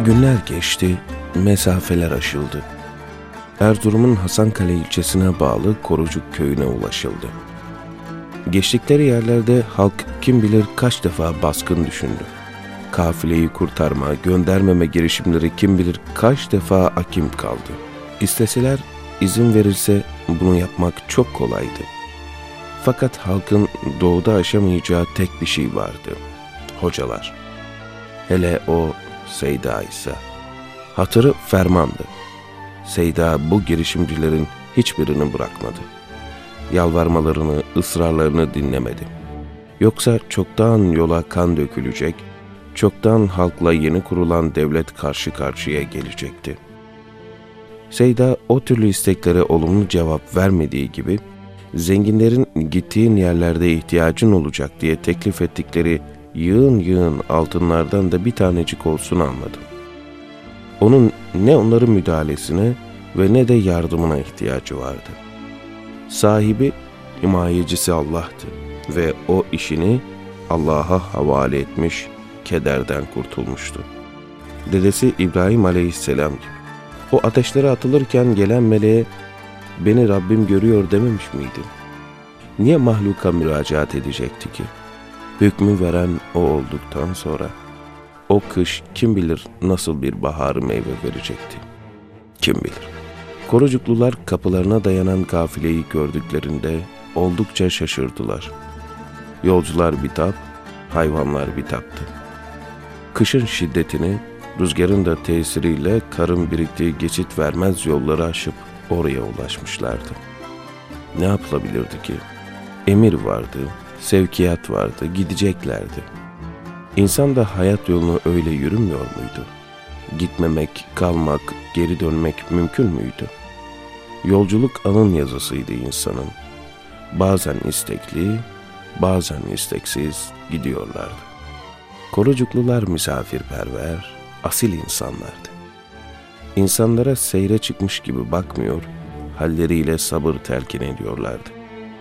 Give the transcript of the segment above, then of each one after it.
Günler geçti, mesafeler aşıldı. Erzurum'un Hasankale ilçesine bağlı Korucuk köyüne ulaşıldı. Geçtikleri yerlerde halk kim bilir kaç defa baskın düşündü. Kafileyi kurtarma, göndermeme girişimleri kim bilir kaç defa akim kaldı. İsteseler, izin verilse bunu yapmak çok kolaydı. Fakat halkın doğuda aşamayacağı tek bir şey vardı: hocalar. Hele o Seyda ise. Hatırı fermandı. Seyda bu girişimcilerin hiçbirini bırakmadı. Yalvarmalarını, ısrarlarını dinlemedi. Yoksa çoktan yola kan dökülecek, çoktan halkla yeni kurulan devlet karşı karşıya gelecekti. Seyda o türlü isteklere olumlu cevap vermediği gibi, zenginlerin gittiğin yerlerde ihtiyacın olacak diye teklif ettikleri yığın yığın altınlardan da bir tanecik olsun almadım. Onun ne onların müdahalesine ve ne de yardımına ihtiyacı vardı. Sahibi, himayecisi Allah'tı ve o işini Allah'a havale etmiş, kederden kurtulmuştu. Dedesi İbrahim Aleyhisselam gibi. O ateşlere atılırken gelen meleğe "Beni Rabbim görüyor" dememiş miydi? Niye mahluka müracaat edecekti ki? Hükmü veren o olduktan sonra o kış kim bilir nasıl bir baharı meyve verecekti? Kim bilir? Korucuklular kapılarına dayanan kafileyi gördüklerinde oldukça şaşırdılar. Yolcular bitap, hayvanlar bitaptı. Kışın şiddetini, rüzgarın da tesiriyle karın biriktiği geçit vermez yolları aşıp oraya ulaşmışlardı. Ne yapılabilirdi ki? Emir vardı, sevkiyat vardı, gideceklerdi. İnsan da hayat yolunu öyle yürümüyor muydu? Gitmemek, kalmak, geri dönmek mümkün müydü? Yolculuk alın yazısıydı insanın. Bazen istekli, bazen isteksiz gidiyorlardı. Korucuklular misafirperver, asil insanlardı. İnsanlara seyre çıkmış gibi bakmıyor, halleriyle sabır telkin ediyorlardı.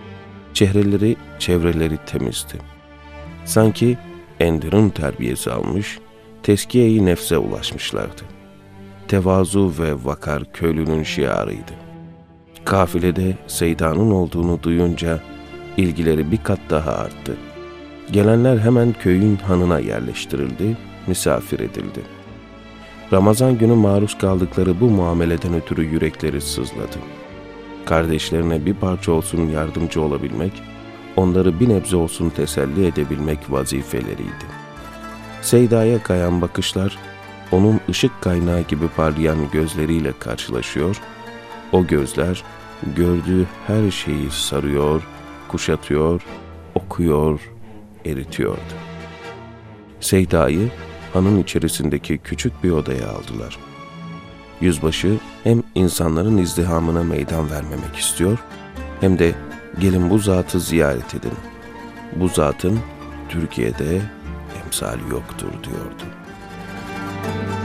Çevreleri temizdi. Sanki endirim terbiyesi almış, teskiye-i nefse ulaşmışlardı. Tevazu ve vakar köylünün şiarıydı. Kafilede Seyda'nın olduğunu duyunca ilgileri bir kat daha arttı. Gelenler hemen köyün hanına yerleştirildi, misafir edildi. Ramazan günü maruz kaldıkları bu muameleden ötürü yürekleri sızladı. Kardeşlerine bir parça olsun yardımcı olabilmek, onları bir nebze olsun teselli edebilmek vazifeleriydi. Seyda'ya kayan bakışlar, onun ışık kaynağı gibi parlayan gözleriyle karşılaşıyor, o gözler gördüğü her şeyi sarıyor, kuşatıyor, okuyor, eritiyordu. Seyda'yı hanın içerisindeki küçük bir odaya aldılar. Yüzbaşı hem insanların izdihamına meydan vermemek istiyor, hem de "Gelin bu zatı ziyaret edin. Bu zatın Türkiye'de emsali yoktur" diyordu.